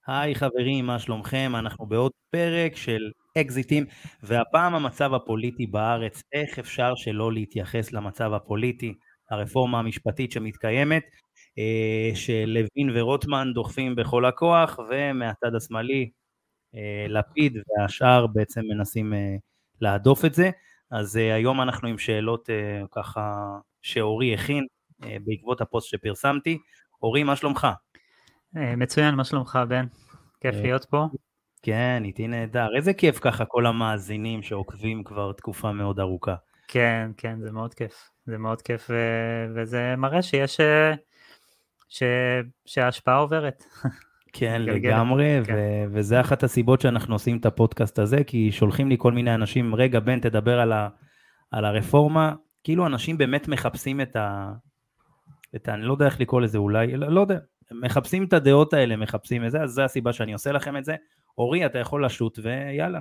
היי חברים, מה שלומכם? אנחנו בעוד פרק של אקזיטים, והפעם המצב הפוליטי בארץ, איך אפשר שלא להתייחס למצב הפוליטי, הרפורמה המשפטית שמתקיימת, שלוין ורוטמן דוחפים בכל הכוח, ומהצד השמאלי לפיד והשאר בעצם מנסים להדוף את זה. אז היום אנחנו עם שאלות ככה שאורי הכין בעקבות הפוסט שפרסמתי. אורי, מה שלומך? מצוין, מה שלומך בן? כיף אה, להיות פה. כן, איתי נהדר. איזה כיף ככה כל המאזינים שעוקבים כבר תקופה מאוד ארוכה. כן, כן, זה מאוד כיף. זה מאוד כיף, וזה מראה ש... שההשפעה עוברת, כן, מתגלגלת. לגמרי, כן, וזה אחת הסיבות שאנחנו עושים את הפודקאסט הזה, כי שולחים לי כל מיני אנשים, רגע, בן, תדבר על הרפורמה, כאילו אנשים באמת מחפשים אני לא יודע איך לקרוא לזה, אולי, לא יודע, מחפשים את הדעות האלה, מחפשים את זה, אז זה הסיבה שאני עושה לכם את זה. אורי, אתה יכול לשוט ויאללה.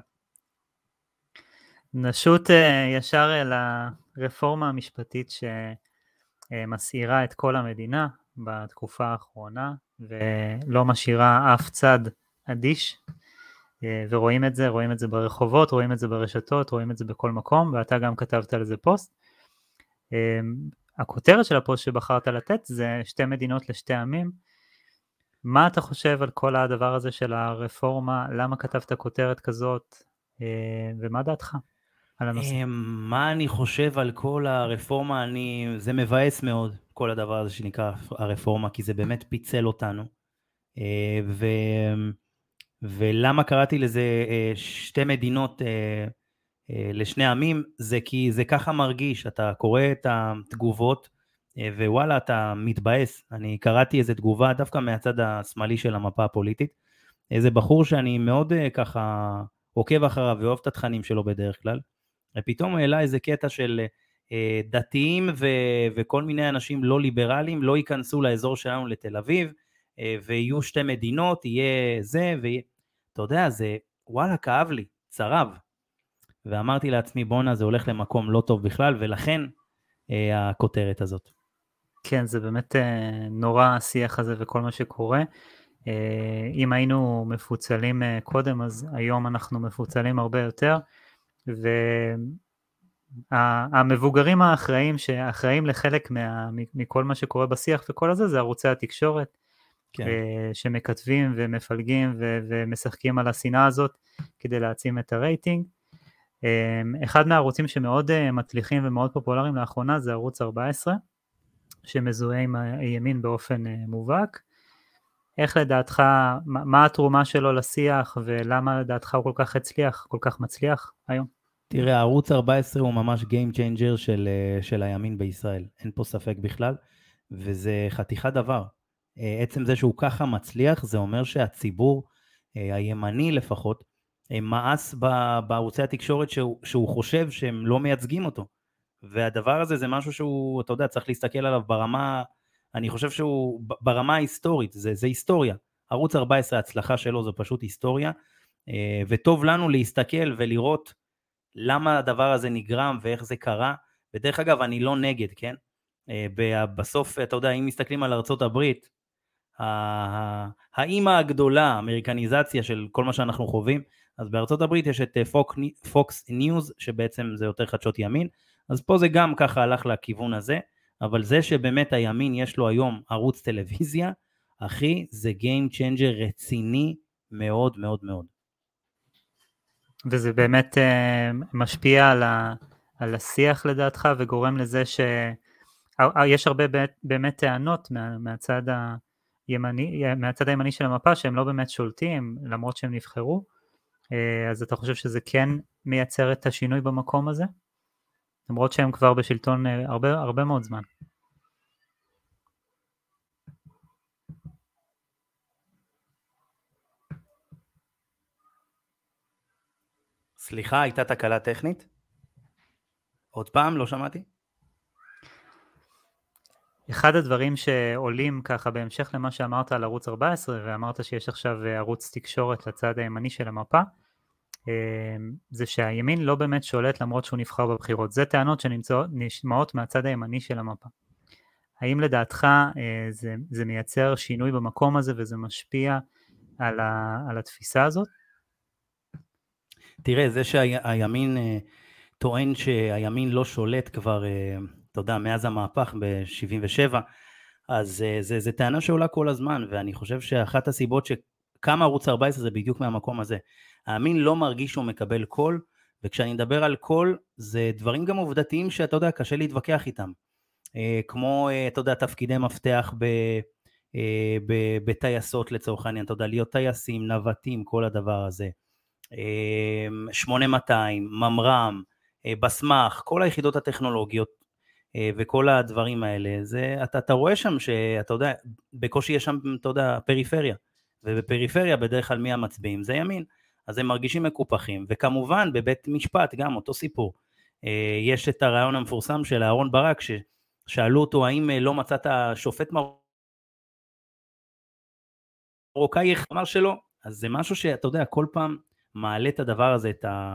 נשוט ישר אל הרפורמה המשפטית שמסעירה את כל המדינה בתקופה האחרונה, ולא משאירה אף צד אדיש, ורואים את זה, רואים את זה ברחובות, רואים את זה ברשתות, רואים את זה בכל מקום, ואתה גם כתבת על זה פוסט. הכותרת של הפוסט שבחרת לתת זה שתי מדינות לשתי עמים. מה אתה חושב על כל הדבר הזה של הרפורמה? למה כתבת כותרת כזאת? ומה דעתך על הנושא? מה אני חושב על כל הרפורמה? זה מבאס מאוד, כל הדבר הזה שנקרא הרפורמה, כי זה באמת פיצל אותנו. ו... ולמה קראתי לזה שתי מדינות לשני עמים? זה כי זה ככה מרגיש, אתה קורא את התגובות, ווואלה, אתה מתבאס. אני קראתי איזה תגובה דווקא מהצד השמאלי של המפה הפוליטית, איזה בחור שאני מאוד ככה עוקב אחריו ואוהב את התכנים שלו בדרך כלל, ופתאום העלה איזה קטע של דתיים וכל מיני אנשים לא ליברליים לא ייכנסו לאזור שלנו לתל אביב, ויהיו שתי מדינות, יהיה זה, אתה יודע, זה וואלה כאב לי, צרב, ואמרתי לעצמי בונה זה הולך למקום לא טוב בכלל, ולכן הכותרת הזאת. כן, זה באמת נורא השיח הזה וכל מה שקורה. אם היינו מפוצלים קודם, אז היום אנחנו מפוצלים הרבה יותר, והמבוגרים האחראים שאחראים לחלק מכל מה שקורה בשיח וכל הזה, זה ערוצי התקשורת, כן. שמכתבים ומפלגים ומשחקים על השנאה הזאת כדי להעצים את הרייטינג. אחד מהערוצים שמאוד מצליחים ומאוד פופולריים לאחרונה זה ערוץ 14, שמזוהה עם הימין באופן מובהק. איך לדעתך, מה התרומה שלו לשיח, ולמה לדעתך הוא כל כך הצליח, כל כך מצליח היום? תראה, ערוץ 14 הוא ממש Game Changer של הימין בישראל, אין פה ספק בכלל, וזה חתיכת דבר. עצם זה שהוא ככה מצליח, זה אומר שהציבור הימני לפחות, מאס בערוצי התקשורת שהוא חושב שהם לא מייצגים אותו. והדבר הזה זה משהו שהוא, אתה יודע, צריך להסתכל עליו ברמה, אני חושב שהוא ברמה ההיסטורית, זה היסטוריה. ערוץ 14, ההצלחה שלו זו פשוט היסטוריה, וטוב לנו להסתכל ולראות למה הדבר הזה נגרם ואיך זה קרה. ודרך אגב, אני לא נגד, כן? בסוף, אתה יודע, אם מסתכלים על ארצות הברית, האמא הגדולה, האמריקניזציה של כל מה שאנחנו חווים, אז בארצות הברית יש את פוקס ניוז, שבעצם זה יותר חדשות ימין, אז פה זה גם ככה הלך לכיוון הזה, אבל זה שבאמת הימין יש לו היום ערוץ טלוויזיה, אחי, זה Game Changer רציני מאוד מאוד מאוד. וזה באמת משפיע על השיח לדעתך, וגורם לזה שיש הרבה באמת טענות מהצד הימני של המפה, שהם לא באמת שולטים, למרות שהם נבחרו. אז אתה חושב שזה כן מייצר את השינוי במקום הזה? למרות שהם כבר בשלטון הרבה מאוד זמן. סליחה, הייתה תקלה טכנית? עוד פעם, לא שמעתי? אחד הדברים שעולים ככה בהמשך למה שאמרת על ערוץ 14, ואמרת שיש עכשיו ערוץ תקשורת לצד הימני של המפה, זה שהימין לא באמת שולט למרות שהוא נבחר בבחירות. זה טענות שנשמעות מהצד הימני של המפה. האם לדעתך זה מייצר שינוי במקום הזה וזה משפיע על התפיסה הזאת? תראה, זה שהימין טוען שהימין לא שולט כבר, אתה יודע, מאז המהפך ב-77, אז זה טענה שעולה כל הזמן, ואני חושב שאחת הסיבות שקמה ערוץ 14 זה בדיוק מהמקום הזה. הימין לא מרגיש שהוא מקבל קול, וכשאני מדבר על קול, זה דברים גם עובדתיים שאתה יודע, קשה להתווכח איתם. כמו, אתה יודע, תפקידי מפתח בטייסות לצורך העניין, אתה יודע, להיות טייסים, נווטים, כל הדבר הזה. 8200, ממר"ם, בסמך, כל היחידות הטכנולוגיות וכל הדברים האלה, זה, אתה רואה שם שאתה יודע, בקושי יש שם, אתה יודע, פריפריה, ובפריפריה בדרך כלל מי המצביעים? זה ימין, אז הם מרגישים מקופחים, וכמובן בבית משפט גם אותו סיפור, יש את הרעיון המפורסם של אהרון ברק, ששאלו אותו האם לא מצאת שופט מרוקאי, אמר שלא, אז זה משהו שאתה יודע, כל פעם מעלה את הדבר הזה,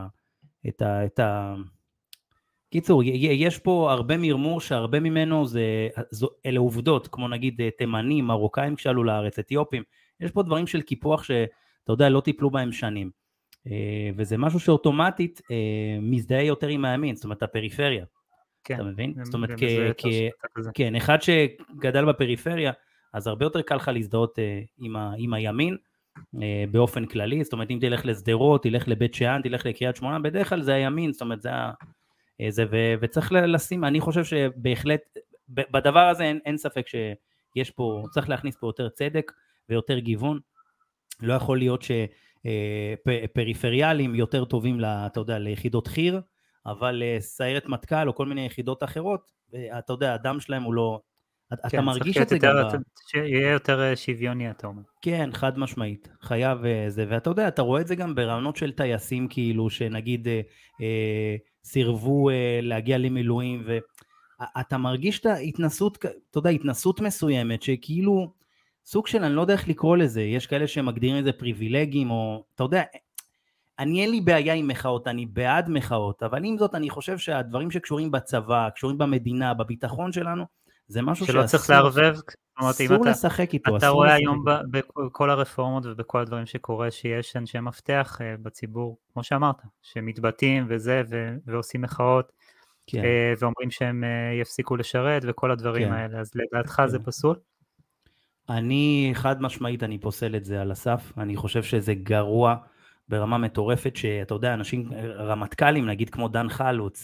קיצור, יש פה הרבה מרמור שהרבה ממנו אלה עובדות, כמו נגיד תימנים, מרוקאים כשעלו לארץ, אתיופים, יש פה דברים של קיפוח שאתה יודע, לא טיפלו בהם שנים, וזה משהו שאוטומטית מזדהה יותר עם הימין, זאת אומרת הפריפריה, כן, אתה מבין? זאת אומרת, כן, אחד שגדל בפריפריה, אז הרבה יותר קל לך להזדהות עם הימין, באופן כללי, זאת אומרת אם תלך לסדרות, תלך לבית שאן, תלך לקריית שמונה, בדרך כלל זה הימין, זאת אומרת זה וצריך לשים, אני חושב שבהחלט בדבר הזה אין ספק שיש פה, צריך להכניס פה יותר צדק ויותר גיוון, לא יכול להיות שפריפריאלים יותר טובים, אתה יודע, ליחידות חיר, אבל סיירת מטכ"ל או כל מיני יחידות אחרות, אתה יודע, הדם שלהם הוא לא, אתה מרגיש את זה גם שיהיה יותר שוויוני, אתה אומר. כן, חד משמעית, חייב זה, ואתה יודע, אתה רואה את זה גם ברעיונות של טייסים, כאילו, שנגיד סירבו להגיע למילואים, ואתה מרגיש את ההתנסות, אתה יודע, התנסות מסוימת, שכאילו, סוג של, אני לא יודע איך לקרוא לזה, יש כאלה שמגדירים את זה פריבילגים, או, אתה יודע, אני אין לי בעיה עם מחאות, אני בעד מחאות, אבל עם זאת, אני חושב שהדברים שקשורים בצבא, קשורים במדינה, בביטחון שלנו, זה משהו שלא צריך לערבב, אסור לשחק איתו. אתה רואה היום בכל הרפורמות ובכל הדברים שקורה, שיש אנשי מפתח בציבור, כמו שאמרת, שמתבטאים וזה, ועושים מחאות, ואומרים שהם יפסיקו לשרת, וכל הדברים האלה, אז לדעתך זה פסול? אני חד משמעית, אני פוסל את זה על הסף, אני חושב שזה גרוע ברמה מטורפת, שאתה יודע, אנשים רמטכ"לים, נגיד כמו דן חלוץ,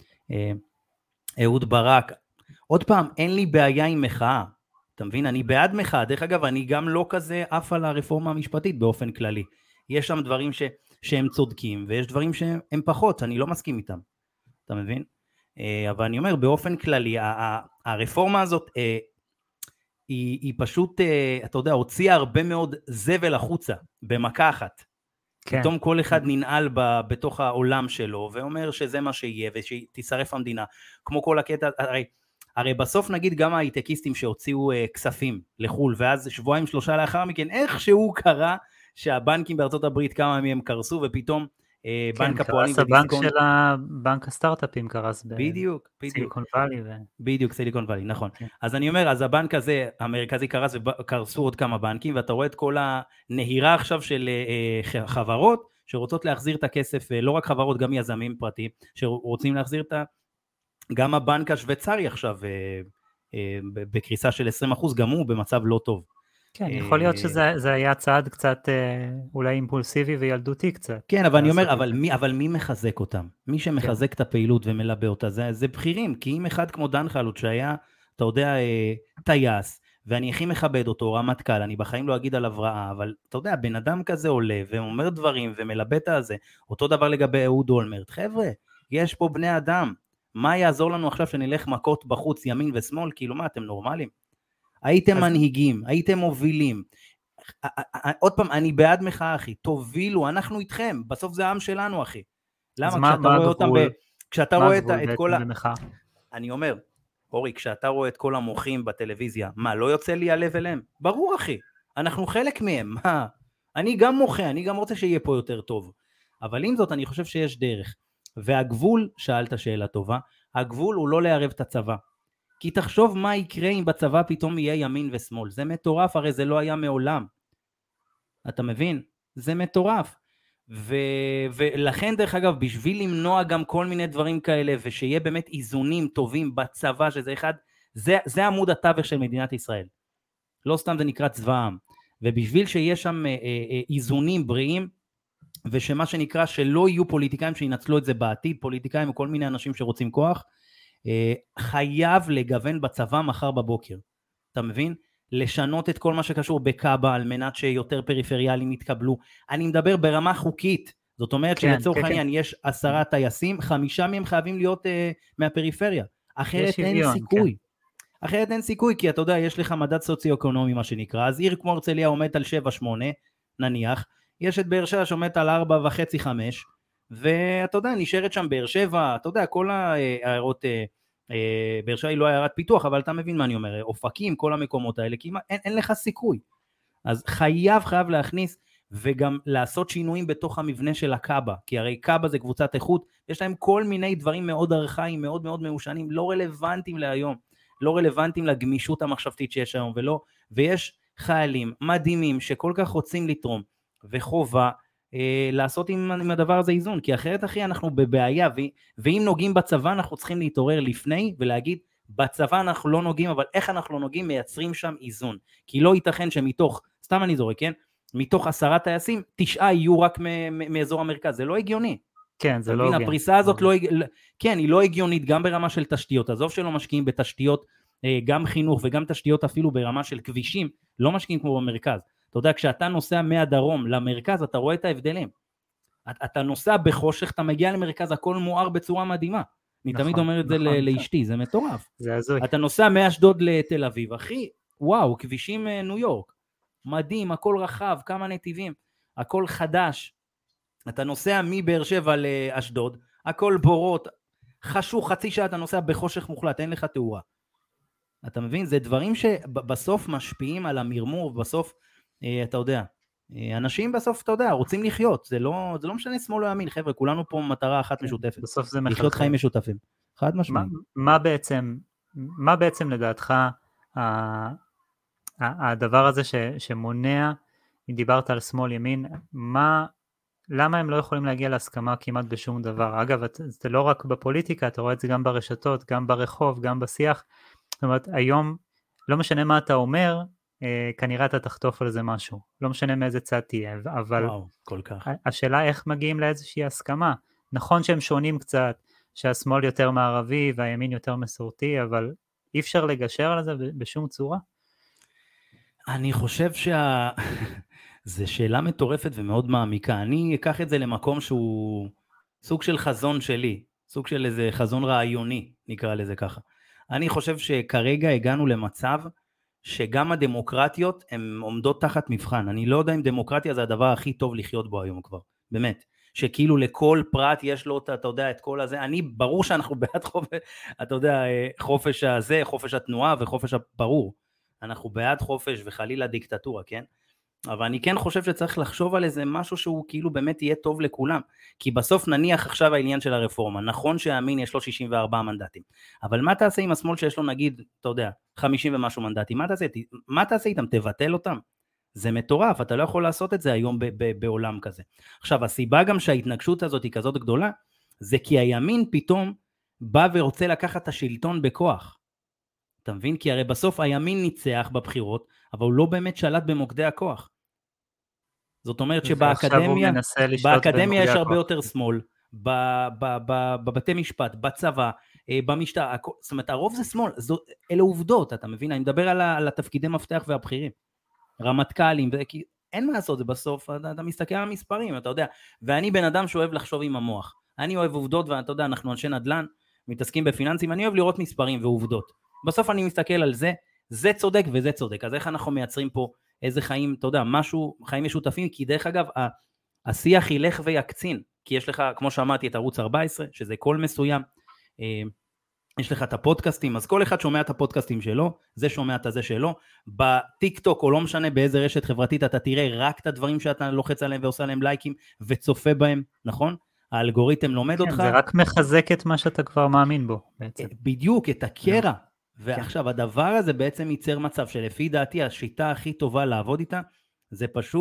אהוד ברק, עוד פעם, אין לי בעיה עם מחאה, אתה מבין? אני בעד מחאה, דרך אגב, אני גם לא כזה אף על הרפורמה המשפטית באופן כללי, יש שם דברים שהם צודקים, ויש דברים שהם פחות, אני לא מסכים איתם, אתה מבין? אבל אני אומר, באופן כללי, הרפורמה הזאת, היא פשוט, אתה יודע, הוציאה הרבה מאוד זבל החוצה, במכה אחת, פתאום כל אחד ננעל בתוך העולם שלו, ואומר שזה מה שיהיה, ושתישרף המדינה, כמו כל הקטע, הרי בסוף נגיד גם ההייטקיסטים שהוציאו כספים לחול, ואז שבועיים שלושה לאחר מכן, איכשהו קרה שהבנקים בארצות הברית כמה מהם קרסו, ופתאום בנק הפועלים בדיסקונט. בנק הסטארט-אפים קרס בסיליקון ואלי. בדיוק, סיליקון ואלי, נכון. אז אני אומר, אז הבנק הזה, המרכזי קרס וקרסו עוד כמה בנקים, ואתה רואה את כל הנהירה עכשיו של חברות, שרוצות להחזיר את הכסף, לא רק חברות, גם יזמים פרטיים, שרוצים להחזיר את גם הבנק השוויצרי עכשיו בקריסה של 20%, גם הוא במצב לא טוב. כן, יכול להיות שזה היה צעד קצת אולי אימפולסיבי וילדותי קצת. כן, אבל אני אומר, אבל מי מחזק אותם? מי שמחזק את הפעילות ומלבה אותה, זה בכירים, כי אם אחד כמו דן חלוץ שהיה, אתה יודע, טייס, ואני הכי מכבד אותו, רמטכ"ל, אני בחיים לא אגיד עליו רעה, אבל אתה יודע, בן אדם כזה עולה ואומר דברים ומלבה את הזה, אותו דבר לגבי אהוד אולמרט, חבר'ה, יש פה בני אדם, מה יעזור לנו עכשיו שנלך מכות בחוץ, ימין ושמאל, כאילו מה, אתם נורמלים? הייתם מנהיגים, הייתם מובילים, עוד פעם, אני בעד מחאה אחי, תובילו, אנחנו איתכם, בסוף זה העם שלנו אחי, למה כשאתה רואה אותם, כשאתה רואה את כל אני אומר, אורי, כשאתה רואה את כל המוחים בטלוויזיה, מה, לא יוצא לי הלב אליהם? ברור אחי, אנחנו חלק מהם, מה? אני גם מוחה, אני גם רוצה שיהיה פה יותר טוב, אבל עם זאת אני חושב שיש דרך, והגבול, שאלת שאלה טובה, הגבול הוא לא לערב את הצבא, כי תחשוב מה יקרה אם בצבא פתאום יהיה ימין ושמאל, זה מטורף, הרי זה לא היה מעולם. אתה מבין? זה מטורף. ולכן דרך אגב, בשביל למנוע גם כל מיני דברים כאלה, ושיהיה באמת איזונים טובים בצבא, שזה אחד, זה עמוד התווך של מדינת ישראל. לא סתם זה נקרא צבא העם. ובשביל שיהיה שם איזונים בריאים, ושמה שנקרא שלא יהיו פוליטיקאים שינצלו את זה בעתיד, פוליטיקאים וכל מיני אנשים שרוצים כוח, חייב לגוון בצבא מחר בבוקר. אתה מבין? לשנות את כל מה שקשור בקאבה על מנת שיותר פריפריאלים יתקבלו. אני מדבר ברמה חוקית, זאת אומרת שלצורך העניין יש 10 טייסים, 5 מהם חייבים להיות מהפריפריה, אחרת אין סיכוי. אחרת אין סיכוי, כי אתה יודע, יש לך מדד סוציו-אקונומי מה שנקרא, אז עיר כמו הרצליה עומד על 7-8 נניח, יש את באר שבע שעומד על 4.5-5, ואתה יודע, נשארת שם באר שבע, אתה יודע, כל העיירות, באר שבע היא לא עיירת פיתוח, אבל אתה מבין מה אני אומר, אופקים, כל המקומות האלה, כי אין לך סיכוי. אז חייב להכניס, וגם לעשות שינויים בתוך המבנה של הקאבה, כי הרי קאבה זה קבוצת איכות, יש להם כל מיני דברים מאוד ארכאיים, מאוד מאוד מיושנים, לא רלוונטיים להיום, לא רלוונטיים לגמישות המחשבתית שיש היום, ויש חיילים מדהימים שכל כך רוצים לתרום, וחובה לעשות עם הדבר הזה איזון, כי אחרת אחי אנחנו בבעיה, ואם נוגעים בצבא אנחנו צריכים להתעורר לפני, ולהגיד בצבא אנחנו לא נוגעים, אבל איך אנחנו לא נוגעים, מייצרים שם איזון, כי לא ייתכן שמתוך, סתם אני זורק, כן? מתוך 10 טייסים, 9 יהיו רק מאזור המרכז, זה לא הגיוני. כן, זה לא הגיוני. הפריסה הזאת לא, כן, היא לא הגיונית גם ברמה של תשתיות, עזוב שלא משקיעים בתשתיות, גם חינוך וגם תשתיות אפילו ברמה של כבישים, לא משקיעים כמו במרכז. אתה יודע, כשאתה נוסע מהדרום למרכז, אתה רואה את ההבדלים. אתה נוסע בחושך, אתה מגיע למרכז, הכל מואר בצורה מדהימה. אני תמיד אומר את זה לאשתי, זה מטורף. זה הזוי. אתה נוסע מאשדוד לתל אביב, אחי, וואו, כבישים ניו יורק. מדהים, הכל רחב, כמה נתיבים, הכל חדש. אתה נוסע מבאר שבע לאשדוד, הכל בורות, חשוך, חצי שעה אתה נוסע בחושך מוחלט, אין לך תאורה. אתה מבין? זה דברים שבסוף משפיעים על המרמור, בסוף, אתה יודע, אנשים בסוף, אתה יודע, רוצים לחיות, זה לא משנה שמאל או ימין, חבר'ה, כולנו פה מטרה אחת משותפת. בסוף זה מחלחל. לחיות חיים משותפים. חד משמעית. מה בעצם לדעתך הדבר הזה שמונע, אם דיברת על שמאל ימין, למה הם לא יכולים להגיע להסכמה כמעט בשום דבר? אגב, זה לא רק בפוליטיקה, אתה רואה את זה גם ברשתות, גם ברחוב, גם בשיח. זאת אומרת, היום, לא משנה מה אתה אומר, כנראה אתה תחטוף על זה משהו. לא משנה מאיזה צד תהיה, אבל וואו, כל כך. השאלה איך מגיעים לאיזושהי הסכמה. נכון שהם שונים קצת, שהשמאל יותר מערבי והימין יותר מסורתי, אבל אי אפשר לגשר על זה בשום צורה? אני חושב זה שאלה מטורפת ומאוד מעמיקה. אני אקח את זה למקום שהוא סוג של חזון שלי, סוג של איזה חזון רעיוני, נקרא לזה ככה. אני חושב שכרגע הגענו למצב שגם הדמוקרטיות הן עומדות תחת מבחן. אני לא יודע אם דמוקרטיה זה הדבר הכי טוב לחיות בו היום כבר, באמת. שכאילו לכל פרט יש לו, אתה יודע, את כל הזה. ברור שאנחנו בעד חופש, אתה יודע, חופש הזה, חופש התנועה וחופש הברור. אנחנו בעד חופש וחלילה דיקטטורה, כן? אבל אני כן חושב שצריך לחשוב על איזה משהו שהוא כאילו באמת יהיה טוב לכולם, כי בסוף נניח עכשיו העניין של הרפורמה, נכון שהימין יש לו 64 מנדטים, אבל מה תעשה עם השמאל שיש לו נגיד, אתה יודע, 50 ומשהו מנדטים, מה תעשה איתם? תבטל אותם? זה מטורף, אתה לא יכול לעשות את זה היום בעולם כזה. עכשיו, הסיבה גם שההתנגשות הזאת היא כזאת גדולה, זה כי הימין פתאום בא ורוצה לקחת את השלטון בכוח, אתה מבין? כי הרי בסוף הימין ניצח בבחירות, אבל הוא לא באמת שלט במוקדי הכוח. זאת אומרת שבאקדמיה יש הרבה יותר שמאל, בבתי משפט, בצבא, במשטר, זאת אומרת הרוב זה שמאל, אלה עובדות, אתה מבין? אני מדבר על התפקידי מפתח והבכירים, רמטכ"לים, אין מה לעשות, זה בסוף, אתה מסתכל על המספרים, אתה יודע, ואני בן אדם שאוהב לחשוב עם המוח, אני אוהב עובדות, ואתה יודע, אנחנו אנשי נדל"ן, מתעסקים בפיננסים, אני אוהב לראות מספרים ועובדות, בסוף אני מסתכל על זה, זה צודק וזה צודק, אז איך אנחנו מייצרים פה איזה חיים, אתה יודע, משהו, חיים משותפים, כי דרך אגב, השיח ילך ויקצין, כי יש לך, כמו שאמרתי, את ערוץ 14, שזה קול מסוים, יש לך את הפודקאסטים, אז כל אחד שומע את הפודקאסטים שלו, זה שומע את זה שלו, בטיק טוק או לא משנה באיזה רשת חברתית, אתה תראה רק את הדברים שאתה לוחץ עליהם ועושה עליהם לייקים, וצופה בהם, נכון? האלגוריתם לומד אותך. זה רק מחזק את מה שאתה כבר מאמין בו, בעצם. בדיוק, את הקרע. ועכשיו הדבר הזה בעצם ייצר מצב שלפי דעתי השיטה הכי טובה לעבוד איתה זה פשוט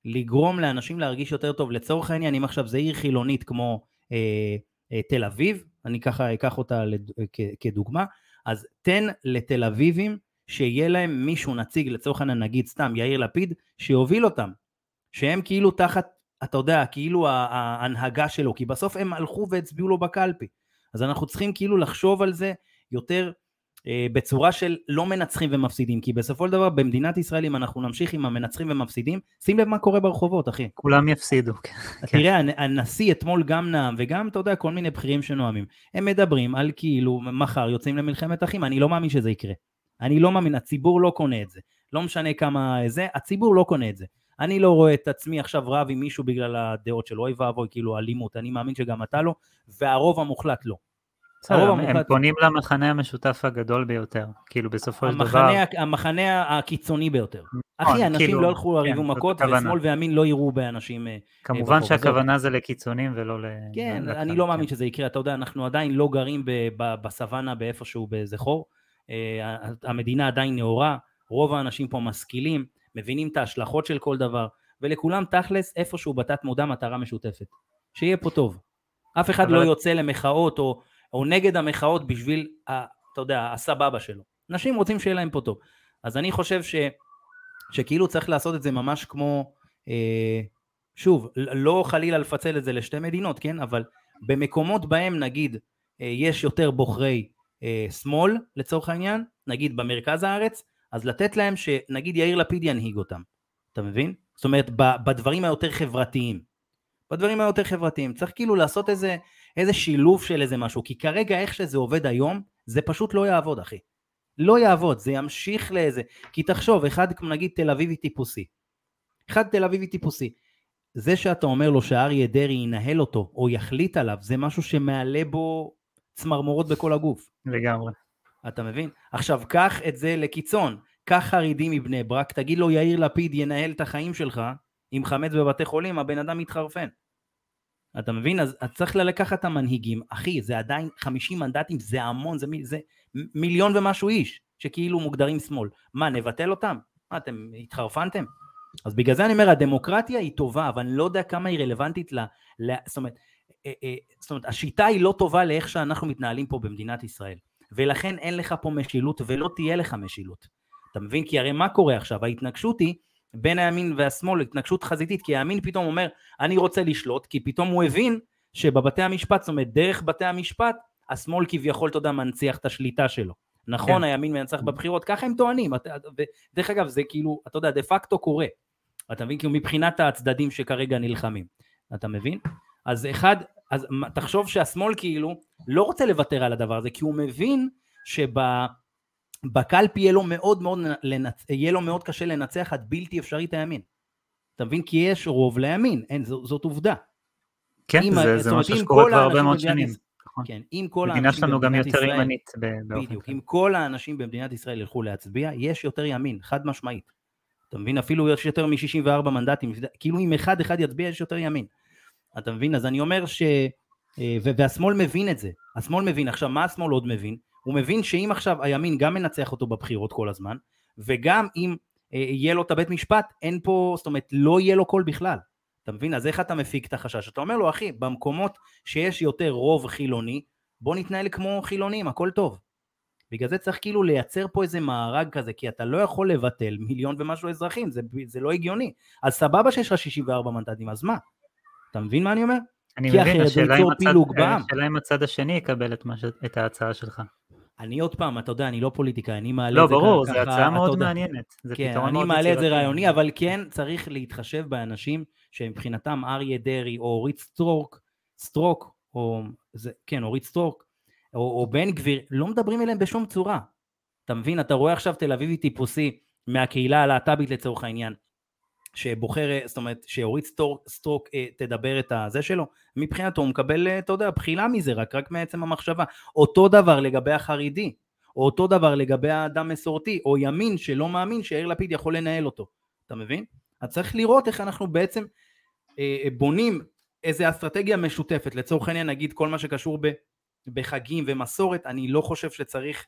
לגרום לאנשים להרגיש יותר טוב. לצורך העניין, אם עכשיו זה עיר חילונית כמו תל אביב, אני ככה אקח אותה כדוגמה, אז תן לתל אביבים שיהיה להם מישהו נציג, לצורך העניין נגיד סתם יאיר לפיד, שיוביל אותם, שהם כאילו תחת, אתה יודע, כאילו ההנהגה שלו, כי בסוף הם הלכו והצביעו לו בקלפי, אז אנחנו צריכים כאילו לחשוב על זה יותר בצורה של לא מנצחים ומפסידים, כי בסופו של דבר במדינת ישראל אם אנחנו נמשיך עם המנצחים ומפסידים, שים לב מה קורה ברחובות, אחי. כולם יפסידו. תראה, הנשיא אתמול גם נאם, וגם אתה יודע כל מיני בכירים שנואמים, הם מדברים על כאילו מחר יוצאים למלחמת אחים, אני לא מאמין שזה יקרה, אני לא מאמין, הציבור לא קונה את זה, לא משנה כמה זה, הציבור לא קונה את זה, אני לא רואה את עצמי עכשיו רב עם מישהו בגלל הדעות שלו, אוי ואבוי, כאילו אלימות, אני מאמין שגם אתה לא, והרוב המוחלט לא. הם פונים למחנה המשותף הגדול ביותר, כאילו בסופו של דבר. המחנה הקיצוני ביותר. אחי, אנשים לא הלכו לריבו מכות, ושמאל וימין לא יראו באנשים. כמובן שהכוונה זה לקיצונים ולא ל... כן, אני לא מאמין שזה יקרה, אתה יודע, אנחנו עדיין לא גרים בסוואנה באיפשהו באיזה חור, המדינה עדיין נאורה, רוב האנשים פה משכילים, מבינים את ההשלכות של כל דבר, ולכולם תכלס איפשהו בתת מודע מטרה משותפת, שיהיה פה טוב. אף אחד לא יוצא למחאות או נגד המחאות בשביל, אתה יודע, הסבבה שלו. אנשים רוצים שיהיה להם פה טוב. אז אני חושב שכאילו צריך לעשות את זה ממש כמו, שוב, לא חלילה לפצל את זה לשתי מדינות, כן? אבל במקומות בהם נגיד יש יותר בוחרי שמאל לצורך העניין, נגיד במרכז הארץ, אז לתת להם שנגיד יאיר לפיד ינהיג אותם. אתה מבין? זאת אומרת, בדברים היותר חברתיים. בדברים היותר חברתיים. צריך כאילו לעשות איזה שילוב של איזה משהו, כי כרגע איך שזה עובד היום, זה פשוט לא יעבוד, אחי. לא יעבוד, זה ימשיך לאיזה, כי תחשוב, אחד כמו נגיד תל אביבי טיפוסי, זה שאתה אומר לו שאריה דרעי ינהל אותו, או יחליט עליו, זה משהו שמעלה בו צמרמורות בכל הגוף. לגמרי. אתה מבין? עכשיו, קח את זה לקיצון, קח חרדי מבני ברק, תגיד לו יאיר לפיד ינהל את החיים שלך, עם חמץ בבתי חולים, הבן אדם מתחרפן. אתה מבין? אז צריך לקחת את המנהיגים, אחי, זה עדיין 50 מנדטים, זה המון, זה מיליון ומשהו איש, שכאילו מוגדרים שמאל. מה, נבטל אותם? מה, אתם התחרפנתם? אז בגלל זה אני אומר, הדמוקרטיה היא טובה, אבל אני לא יודע כמה היא רלוונטית זאת אומרת, השיטה היא לא טובה לאיך שאנחנו מתנהלים פה במדינת ישראל, ולכן אין לך פה משילות, ולא תהיה לך משילות. אתה מבין? כי הרי מה קורה עכשיו? ההתנגשות היא, בין הימין והשמאל, התנגשות חזיתית, כי הימין פתאום אומר, אני רוצה לשלוט, כי פתאום הוא הבין שבבתי המשפט, זאת אומרת, דרך בתי המשפט, השמאל כביכול, אתה יודע, מנציח את השליטה שלו. נכון, הימין מנצח בבחירות, ככה הם טוענים, ודרך אגב, זה כאילו, אתה יודע, דה פקטו קורה. אתה מבין? כאילו מבחינת הצדדים שכרגע נלחמים. אתה מבין? אז אז תחשוב שהשמאל כאילו לא רוצה לוותר על הדבר הזה, כי הוא מבין בקלפי יהיה לו מאוד קשה לנצח עד בלתי אפשרית הימין. אתה מבין? כי יש רוב לימין, זאת עובדה. כן, זה משהו שקורה כבר הרבה מאוד שנים. כן, אם כל מדינה שלנו גם יותר ימנית. בדיוק, אם כל האנשים במדינת ישראל ילכו להצביע, יש יותר ימין, חד משמעית. אתה מבין? אפילו יש יותר מ-64 מנדטים, כאילו אם אחד יצביע יש יותר ימין. אתה מבין? אז אני אומר והשמאל מבין את זה. השמאל מבין, עכשיו מה השמאל עוד מבין? הוא מבין שאם עכשיו הימין גם מנצח אותו בבחירות כל הזמן, וגם אם יהיה לו את הבית משפט, אין פה, זאת אומרת, לא יהיה לו קול בכלל. אתה מבין? אז איך אתה מפיק את החשש? אתה אומר לו, אחי, במקומות שיש יותר רוב חילוני, בוא נתנהל כמו חילונים, הכל טוב. בגלל זה צריך כאילו לייצר פה איזה מארג כזה, כי אתה לא יכול לבטל מיליון ומשהו אזרחים, זה לא הגיוני. אז סבבה שיש לך 64 מנדטים, אז מה? אתה מבין מה אני אומר? אני מבין, השאלה אם הצד השני יקבל את ההצעה שלך. אני עוד פעם, אתה יודע, אני לא פוליטיקאי, אני מעלה לא, את זה ככה. לא, ברור, זו הצעה מאוד מעניינת. כן, אני מעלה את זה רעיוני, אבל כן צריך להתחשב באנשים שמבחינתם אריה דרעי או אורית סטרוק, אורית סטרוק, או בן גביר, לא מדברים אליהם בשום צורה. אתה מבין, אתה רואה עכשיו תל אביבי טיפוסי מהקהילה הלהט"בית לצורך העניין, שבוחר, זאת אומרת, שאורית סטרוק תדבר את הזה שלו, מבחינתו הוא מקבל, אתה יודע, בחילה מזה, רק מעצם המחשבה. אותו דבר לגבי החרדי, או אותו דבר לגבי האדם מסורתי, או ימין שלא מאמין שיאיר לפיד יכול לנהל אותו. אתה מבין? אז צריך לראות איך אנחנו בעצם בונים איזו אסטרטגיה משותפת, לצורך העניין נגיד כל מה שקשור בחגים ומסורת, אני לא חושב שצריך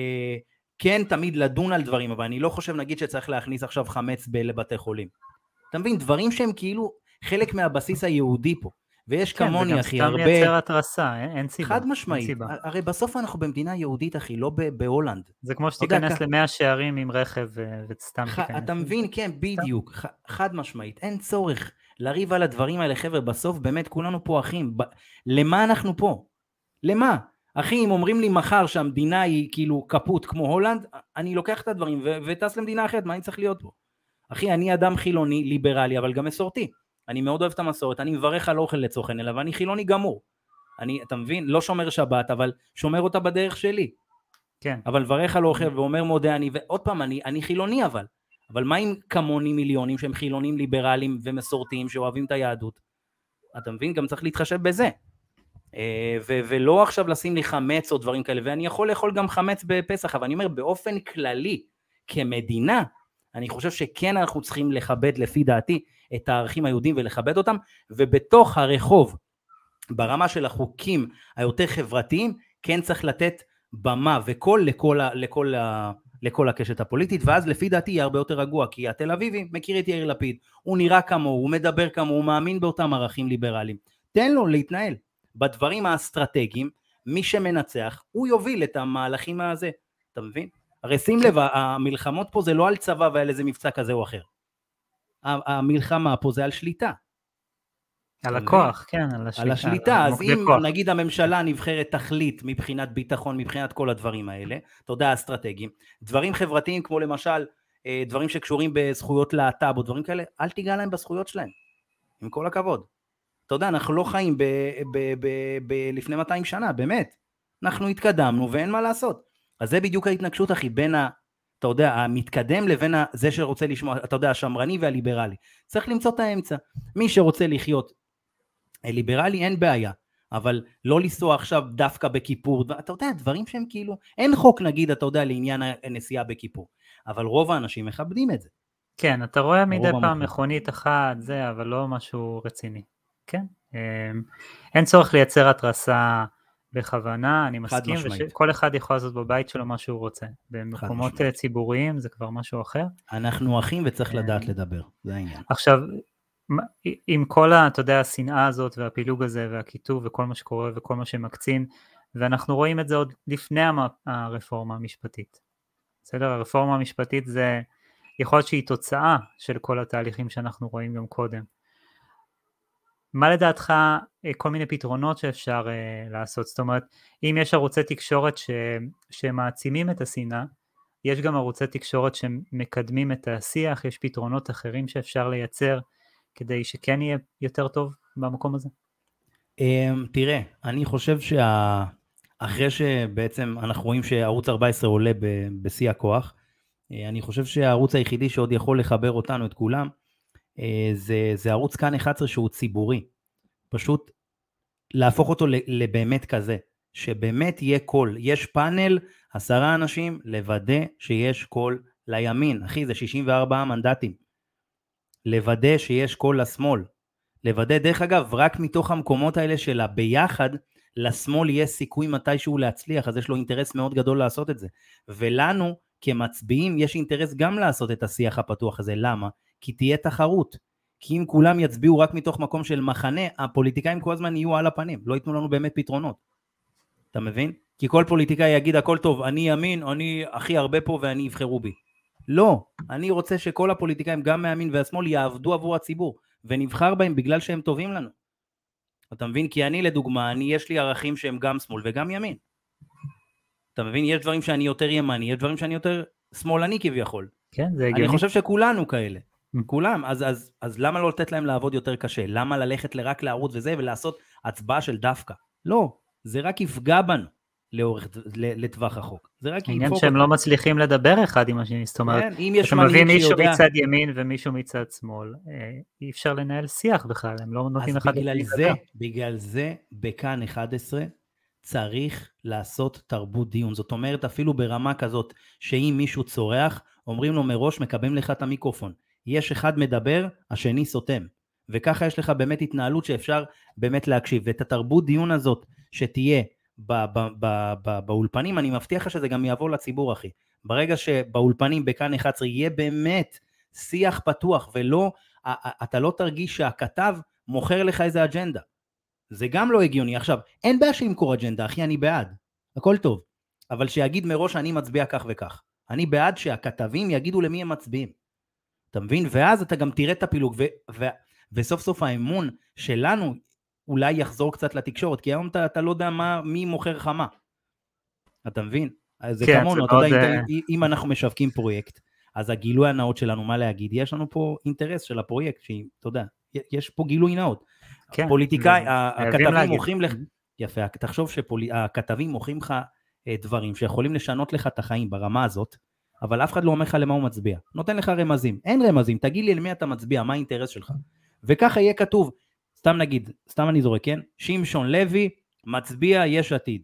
כן תמיד לדון על דברים, אבל אני לא חושב נגיד שצריך להכניס עכשיו חמץ לבתי חולים. אתה מבין, דברים שהם כאילו חלק מהבסיס היהודי פה, ויש כן, כמוני, זה גם אחי, סתם הרבה... מייצר התרסה, אין סיבה. חד אין משמעית, סיבה. הרי בסוף אנחנו במדינה יהודית, אחי, לא בהולנד. זה כמו אתה יודע, שתיכנס ל100 שערים עם רכב וסתם תיכנס. אתה מבין, כן, בדיוק, חד משמעית, אין צורך לריב על הדברים האלה, חבר'ה, בסוף באמת כולנו פה אחים, למה אנחנו פה? למה? אחי, אם אומרים לי מחר שהמדינה היא כאילו כפות כמו הולנד, אני לוקח את הדברים וטס למדינה אחרת, מה אני צריך להיות פה? אחי, אני אדם חילוני, ליברלי, אבל גם מסורתי. אני מאוד אוהב את המסורת, אני מברך על אוכל לצורכן, אלא ואני חילוני גמור. אתה מבין? לא שומר שבת, אבל שומר אותה בדרך שלי. כן. אבל מברך על אוכל ואומר מודה אני, ועוד פעם, אני חילוני אבל מה עם כמוני מיליונים שהם חילונים ליברליים ומסורתיים שאוהבים את היהדות? אתה מבין? גם צריך להתחשב בזה. ולא עכשיו לשים לי חמץ או דברים כאלה, ואני יכול לאכול גם חמץ בפסח, אבל אני אומר באופן כללי, כמדינה, אני חושב שכן אנחנו צריכים לכבד לפי דעתי את הערכים היהודים ולכבד אותם, ובתוך הרחוב, ברמה של החוקים היותר חברתיים, כן צריך לתת במה וקול לכל הקשת הפוליטית, ואז לפי דעתי יהיה הרבה יותר רגוע, כי התל אביבי מכיר את יאיר לפיד, הוא נראה כמוהו, הוא מדבר כמוהו, הוא מאמין באותם ערכים ליברליים, תן לו להתנהל. בדברים האסטרטגיים, מי שמנצח, הוא יוביל את המהלכים הזה, אתה מבין? הרי שים לב, המלחמות פה זה לא על צבא ועל איזה מבצע כזה או אחר. המלחמה פה זה על שליטה. על הכוח, כן, על השליטה. אז אם נגיד הממשלה נבחרת תכלית מבחינת ביטחון, מבחינת כל הדברים האלה, אתה יודע, אסטרטגיים, דברים חברתיים כמו למשל, דברים שקשורים בזכויות להט"ב או דברים כאלה, אל תיגע להם בזכויות שלהם, עם כל הכבוד. אתה יודע, אנחנו לא חיים לפני 200 שנה, באמת. אנחנו התקדמנו ואין מה לעשות. אז זה בדיוק ההתנגשות, אחי, בין אתה יודע, המתקדם לבין זה שרוצה לשמוע, אתה יודע, השמרני והליברלי. צריך למצוא את האמצע. מי שרוצה לחיות ליברלי, אין בעיה. אבל לא לנסוע עכשיו דווקא בכיפור. אתה יודע, דברים שהם כאילו, אין חוק נגיד, אתה יודע, לעניין הנסיעה בכיפור. אבל רוב האנשים מכבדים את זה. כן, אתה רואה מדי פעם מכונית אחת, זה, אבל לא משהו רציני. כן, אין צורך לייצר התרסה בכוונה, אני מסכים, וכל אחד יכול לעשות בבית שלו מה שהוא רוצה, במקומות ציבוריים זה כבר משהו אחר. אנחנו אחים וצריך לדעת לדבר, זה העניין. עכשיו, עם כל, אתה יודע, השנאה הזאת והפילוג הזה והכיתוב וכל מה שקורה וכל מה שמקצין, ואנחנו רואים את זה עוד לפני הרפורמה המשפטית. בסדר, הרפורמה המשפטית זה יכול להיות שהיא תוצאה של כל התהליכים שאנחנו רואים גם קודם. מה לדעתך כל מיני פתרונות שאפשר לעשות? זאת אומרת, אם יש ערוצי תקשורת שמעצימים את השנאה, יש גם ערוצי תקשורת שמקדמים את השיח, יש פתרונות אחרים שאפשר לייצר כדי שכן יהיה יותר טוב במקום הזה? תראה, אני חושב אחרי שבעצם אנחנו רואים שערוץ 14 עולה בשיא הכוח, אני חושב שהערוץ היחידי שעוד יכול לחבר אותנו, את כולם, זה ערוץ כאן 11 שהוא ציבורי, פשוט להפוך אותו לבאמת כזה, שבאמת יהיה קול, יש פאנל, 10 אנשים, לוודא שיש קול לימין, אחי זה 64 מנדטים, לוודא שיש קול לשמאל, לוודא דרך אגב, רק מתוך המקומות האלה שלה ביחד, לשמאל יהיה סיכוי מתישהו להצליח, אז יש לו אינטרס מאוד גדול לעשות את זה, ולנו כמצביעים יש אינטרס גם לעשות את השיח הפתוח הזה, למה? כי תהיה תחרות, כי אם כולם יצביעו רק מתוך מקום של מחנה, הפוליטיקאים כל הזמן יהיו על הפנים, לא ייתנו לנו באמת פתרונות, אתה מבין? כי כל פוליטיקאי יגיד הכל טוב, אני ימין, אני הכי הרבה פה ואני יבחרו בי, לא, אני רוצה שכל הפוליטיקאים גם מהימין והשמאל יעבדו עבור הציבור, ונבחר בהם בגלל שהם טובים לנו, אתה מבין? כי אני לדוגמה, יש לי ערכים שהם גם שמאל וגם ימין, אתה מבין? יש דברים שאני יותר ימני, יש דברים שאני יותר שמאלני כביכול, כן, זה הגיוני. אני חושב שכולנו כאלה, כולם, אז למה לא לתת להם לעבוד יותר קשה? למה ללכת רק לערוץ וזה ולעשות הצבעה של דווקא? לא, זה רק יפגע בנו לטווח החוק. זה רק העניין שהם לא מצליחים לדבר אחד עם השני, זאת אומרת, אתה מביא מישהו מצד ימין ומישהו מצד שמאל, אי אפשר לנהל שיח בכלל, הם לא נותנים אחד לדבר. בגלל זה בכאן 11 צריך לעשות תרבות דיון, זאת אומרת אפילו ברמה כזאת, שאם מישהו צורח, אומרים לו מראש, מקבלים לך את המיקרופון, יש אחד מדבר, השני סותם, וככה יש לך באמת התנהלות שאפשר באמת להקשיב, ואת התרבות דיון הזאת שתהיה באולפנים, אני מבטיח לך שזה גם יעבור לציבור, אחי. ברגע שבאולפנים בכאן 11 יהיה באמת שיח פתוח, ולא אתה לא תרגיש שהכתב מוכר לך איזה אג'נדה. זה גם לא הגיוני. עכשיו, אין בעיה שימכור אג'נדה, אחי, אני בעד. הכל טוב. אבל שיגיד מראש אני מצביע כך וכך. אני בעד שהכתבים יגידו למי הם מצביעים. אתה מבין? ואז אתה גם תראה את הפילוג, וסוף סוף האמון שלנו אולי יחזור קצת לתקשורת, כי היום אתה לא יודע מי מוכר לך מה. אתה מבין? זה כמונו, אתה יודע, אם אנחנו משווקים פרויקט, אז הגילוי הנאות שלנו, מה להגיד? יש לנו פה אינטרס של הפרויקט, אתה יודע, יש פה גילוי נאות. פוליטיקאי, הכתבים מוכרים לך, יפה, תחשוב שהכתבים מוכרים לך דברים שיכולים לשנות לך את החיים ברמה הזאת, אבל אף אחד לא אומר לך למה הוא מצביע. נותן לך רמזים. אין רמזים, תגיד לי למי אתה מצביע, מה האינטרס שלך. וככה יהיה כתוב, סתם נגיד, סתם אני זורק, כן? שמשון לוי מצביע יש עתיד.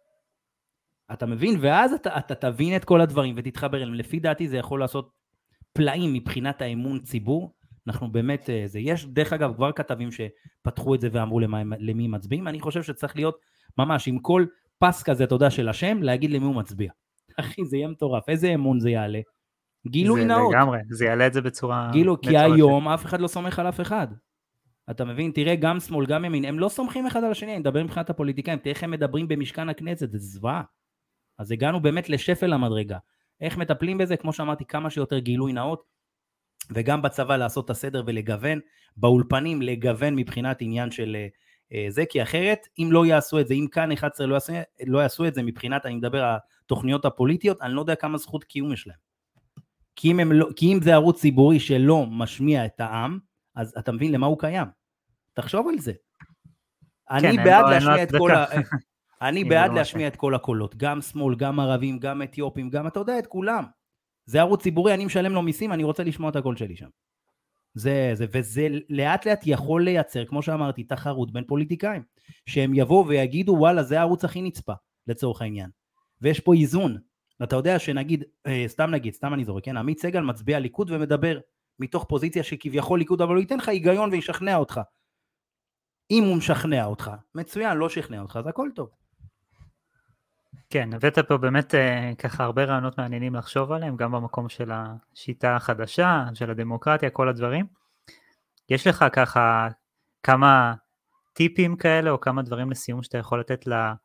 אתה מבין? ואז אתה תבין את כל הדברים ותתחבר אליהם. לפי דעתי זה יכול לעשות פלאים מבחינת האמון ציבור. אנחנו באמת, יש דרך אגב כבר כתבים שפתחו את זה ואמרו למי מצביעים. אני חושב שצריך להיות ממש עם כל פס כזה, אתה יודע, של השם, להגיד למי הוא מצביע. אחי, זה יהיה מטורף. איזה אמון זה יעלה? גילוי נאות. לגמרי, זה יעלה את זה בצורה... כי היום אף אחד לא סומך על אף אחד. אתה מבין? תראה, גם שמאל, גם ימין, הם לא סומכים אחד על השני, אני מדבר מבחינת הפוליטיקאים, תראה איך הם מדברים במשכן הכנסת, זה זוועה. אז הגענו באמת לשפל המדרגה. איך מטפלים בזה? כמו שאמרתי, כמה שיותר גילוי נאות, וגם בצבא לעשות את הסדר ולגוון, באולפנים לגוון מבחינת עניין של זה, כי אחרת, אם לא יעשו את זה, אם כאן 11 לא יעשו את זה מבחינת, אני מדבר על התוכניות הפוליטיות, אני לא יודע כמה זכות קיום יש להם. כי אם זה ערוץ ציבורי שלא משמיע את העם, אז אתה מבין למה הוא קיים. תחשוב על זה. אני בעד להשמיע את כל אני בעד להשמיע את כל הקולות, גם שמאל, גם ערבים, גם אתיופים, גם אתה יודע את כולם. זה ערוץ ציבורי, אני משלם לו מיסים, אני רוצה לשמוע את הקול שלי שם. וזה לאט לאט יכול לייצר, כמו שאמרתי, תחרות בין פוליטיקאים, שהם יבואו ויגידו, וואלה, זה הערוץ הכי נצפה, לצורך העניין. ויש פה איזון. אתה יודע שנגיד, סתם אני זורק, כן? עמית סגל מצביע ליכוד ומדבר מתוך פוזיציה שכביכול ליכוד, אבל הוא ייתן לך היגיון וישכנע אותך. אם הוא משכנע אותך, מצוין, לא שכנע אותך, אז הכל טוב. כן, הבאת פה באמת ככה הרבה רעיונות מעניינים לחשוב עליהם, גם במקום של השיטה החדשה, של הדמוקרטיה, כל הדברים. יש לך ככה כמה טיפים כאלה, או כמה דברים לסיום שאתה יכול לתת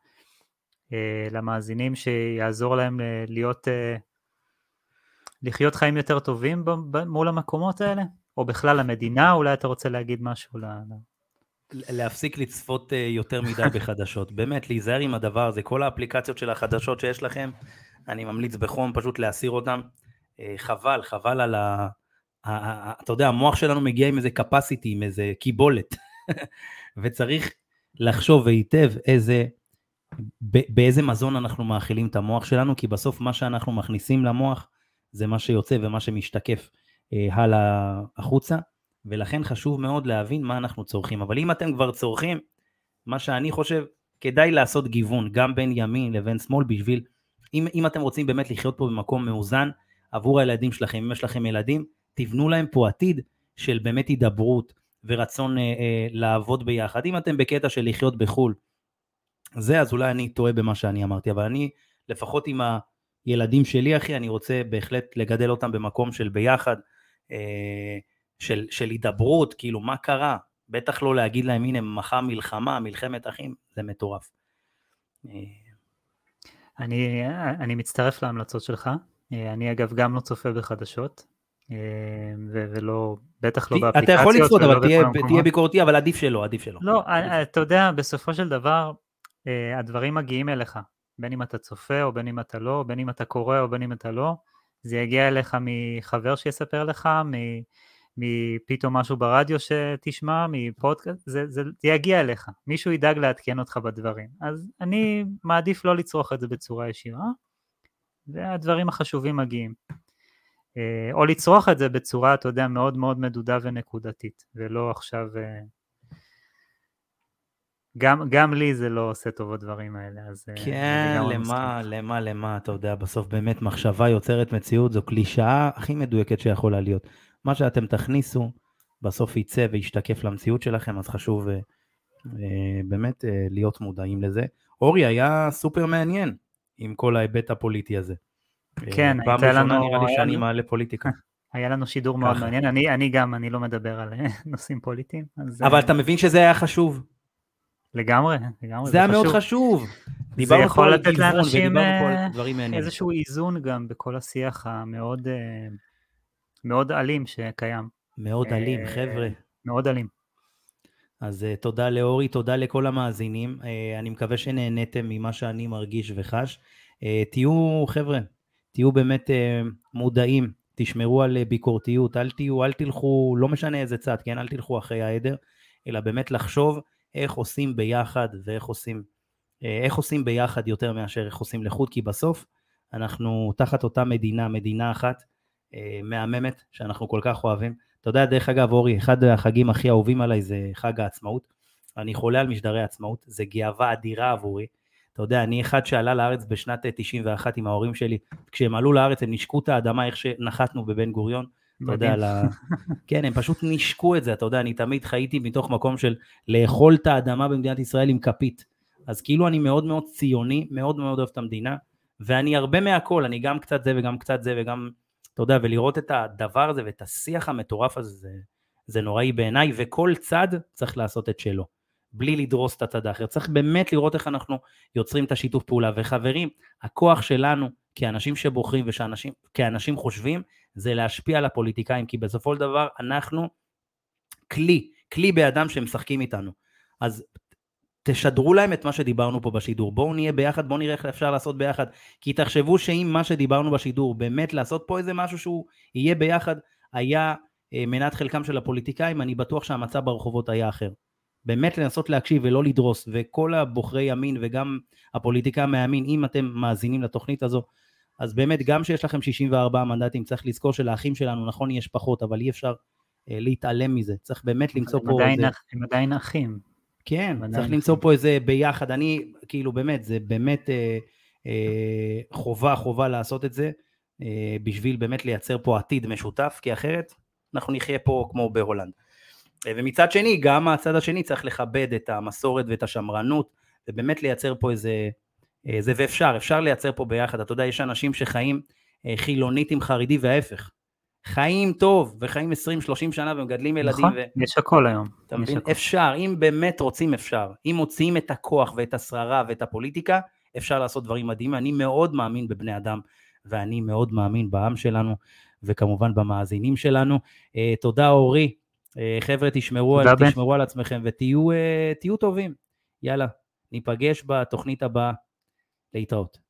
למאזינים שיעזור להם לחיות חיים יותר טובים מול המקומות האלה? או בכלל המדינה, אולי אתה רוצה להגיד משהו להפסיק לצפות יותר מדי בחדשות, באמת להיזהר עם הדבר הזה, כל האפליקציות של החדשות שיש לכם, אני ממליץ בחום פשוט להסיר אותם, חבל על אתה יודע, המוח שלנו מגיע עם איזה capacity, עם איזה קיבולת, וצריך לחשוב היטב באיזה מזון אנחנו מאכילים את המוח שלנו, כי בסוף מה שאנחנו מכניסים למוח, זה מה שיוצא ומה שמשתקף הלאה החוצה, ולכן חשוב מאוד להבין מה אנחנו צורכים, אבל אם אתם כבר צורכים, מה שאני חושב, כדאי לעשות גיוון, גם בין ימין לבין שמאל, בשביל, אם אתם רוצים באמת לחיות פה במקום מאוזן, עבור הילדים שלכם, אם יש לכם ילדים, תבנו להם פה עתיד של באמת הידברות, ורצון לעבוד ביחד, אם אתם בקטע של לחיות בחול, אז אולי אני טועה במה שאני אמרתי, אבל אני, לפחות עם הילדים שלי, אחי, אני רוצה בהחלט לגדל אותם במקום של ביחד, של הידברות, כאילו מה קרה, בטח לא להגיד להם הנה מחר מלחמה, מלחמת אחים, זה מטורף. אני מצטרף להמלצות שלך, אני אגב גם לא צופה בחדשות, ולא, בטח לא באפליקציות. אתה יכול לצפות, אבל תהיה ביקורתי, אבל עדיף שלא. לא, אתה יודע, בסופו של דבר, הדברים מגיעים אליך, בין אם אתה צופה או בין אם אתה לא, בין אם אתה קורא או בין אם אתה לא, זה יגיע אליך מחבר שיספר לך, מפתאום משהו ברדיו שתשמע, מפודקאסט, זה יגיע אליך, מישהו ידאג לעדכן אותך בדברים, אז אני מעדיף לא לצרוך את זה בצורה ישירה, והדברים החשובים מגיעים, או לצרוך את זה בצורה, אתה יודע, מאוד מאוד מדודה ונקודתית, ולא עכשיו, גם לי זה לא עושה טוב הדברים האלה, אז... כן, למה, אתה יודע, בסוף באמת מחשבה יוצרת מציאות, זו קלישאה הכי מדויקת שיכולה להיות. מה שאתם תכניסו, בסוף יצא וישתקף למציאות שלכם, אז חשוב באמת להיות מודעים לזה. אורי, היה סופר מעניין עם כל ההיבט הפוליטי הזה. כן, פעם ראשונה נראה לי שאני מעלה פוליטיקה. היה לנו שידור מאוד מעניין, אני לא מדבר על נושאים פוליטיים. אבל אתה מבין שזה היה חשוב? לגמרי, זה היה מאוד חשוב. זה יכול לתת לאנשים דברים מעניינים. איזשהו איזון גם בכל השיח המאוד מאוד אלים שקיים. מאוד אלים, חבר'ה. מאוד אלים. אז תודה לאורי, תודה לכל המאזינים. אני מקווה שנהניתם ממה שאני מרגיש וחש. תהיו, חבר'ה, תהיו באמת מודעים, תשמרו על ביקורתיות, אל תלכו, לא משנה איזה צד, כן? אל תלכו אחרי העדר, אלא באמת לחשוב איך עושים ביחד איך עושים ביחד יותר מאשר איך עושים לחוד, כי בסוף אנחנו תחת אותה מדינה אחת מהממת שאנחנו כל כך אוהבים. אתה יודע, דרך אגב, אורי, אחד החגים הכי אהובים עליי זה חג העצמאות. אני חולה על משדרי העצמאות, זה גאווה אדירה עבורי. אתה יודע, אני אחד שעלה לארץ בשנת 91 עם ההורים שלי, כשהם עלו לארץ הם נשקו את האדמה איך שנחתנו בבן גוריון. אתה יודע, כן, הם פשוט נשקו את זה, אתה יודע, אני תמיד חייתי מתוך מקום של לאכול את האדמה במדינת ישראל עם כפית. אז כאילו אני מאוד מאוד ציוני, מאוד מאוד אוהב את המדינה, ואני הרבה מהכל, אני גם קצת זה וגם קצת זה וגם, אתה יודע, ולראות את הדבר הזה ואת השיח המטורף הזה, זה נוראי בעיניי, וכל צד צריך לעשות את שלו, בלי לדרוס את הצד האחר. צריך באמת לראות איך אנחנו יוצרים את השיתוף פעולה, וחברים, הכוח שלנו כאנשים שבוחרים וכאנשים חושבים, זה להשפיע על הפוליטיקאים, כי בסופו של דבר אנחנו כלי באדם שהם משחקים איתנו. אז תשדרו להם את מה שדיברנו פה בשידור, בואו נהיה ביחד, בואו נראה איך אפשר לעשות ביחד, כי תחשבו שאם מה שדיברנו בשידור, באמת לעשות פה איזה משהו שהוא יהיה ביחד, היה מנת חלקם של הפוליטיקאים, אני בטוח שהמצב ברחובות היה אחר. באמת לנסות להקשיב ולא לדרוס, וכל הבוחרי ימין וגם הפוליטיקאים מהימין, אם אתם מאזינים לתוכנית הזו, אז באמת גם שיש לכם 64 מנדטים, צריך לזכור שלאחים שלנו, נכון יש פחות, אבל אי אפשר להתעלם מזה, צריך באמת למצוא פה איזה... הם עדיין אחים. כן, צריך למצוא פה איזה ביחד, אני כאילו באמת, זה באמת חובה לעשות את זה, בשביל באמת לייצר פה עתיד משותף, כי אחרת אנחנו נחיה פה כמו בהולנד. ומצד שני, גם הצד השני צריך לכבד את המסורת ואת השמרנות, ובאמת לייצר פה איזה ואפשר לייצר פה ביחד. אתה יודע, יש אנשים שחיים חילונית עם חרדי וההפך, חיים טוב וחיים 20-30 שנה ומגדלים ילדים. נכון, יש הכל היום. אתה מבין? אפשר, אם באמת רוצים אפשר, אם מוציאים את הכוח ואת השררה ואת הפוליטיקה, אפשר לעשות דברים מדהימים. אני מאוד מאמין בבני אדם, ואני מאוד מאמין בעם שלנו, וכמובן במאזינים שלנו. תודה אורי, חבר'ה תשמרו על עצמכם ותהיו טובים. יאללה, ניפגש בתוכנית הבאה, להתראות.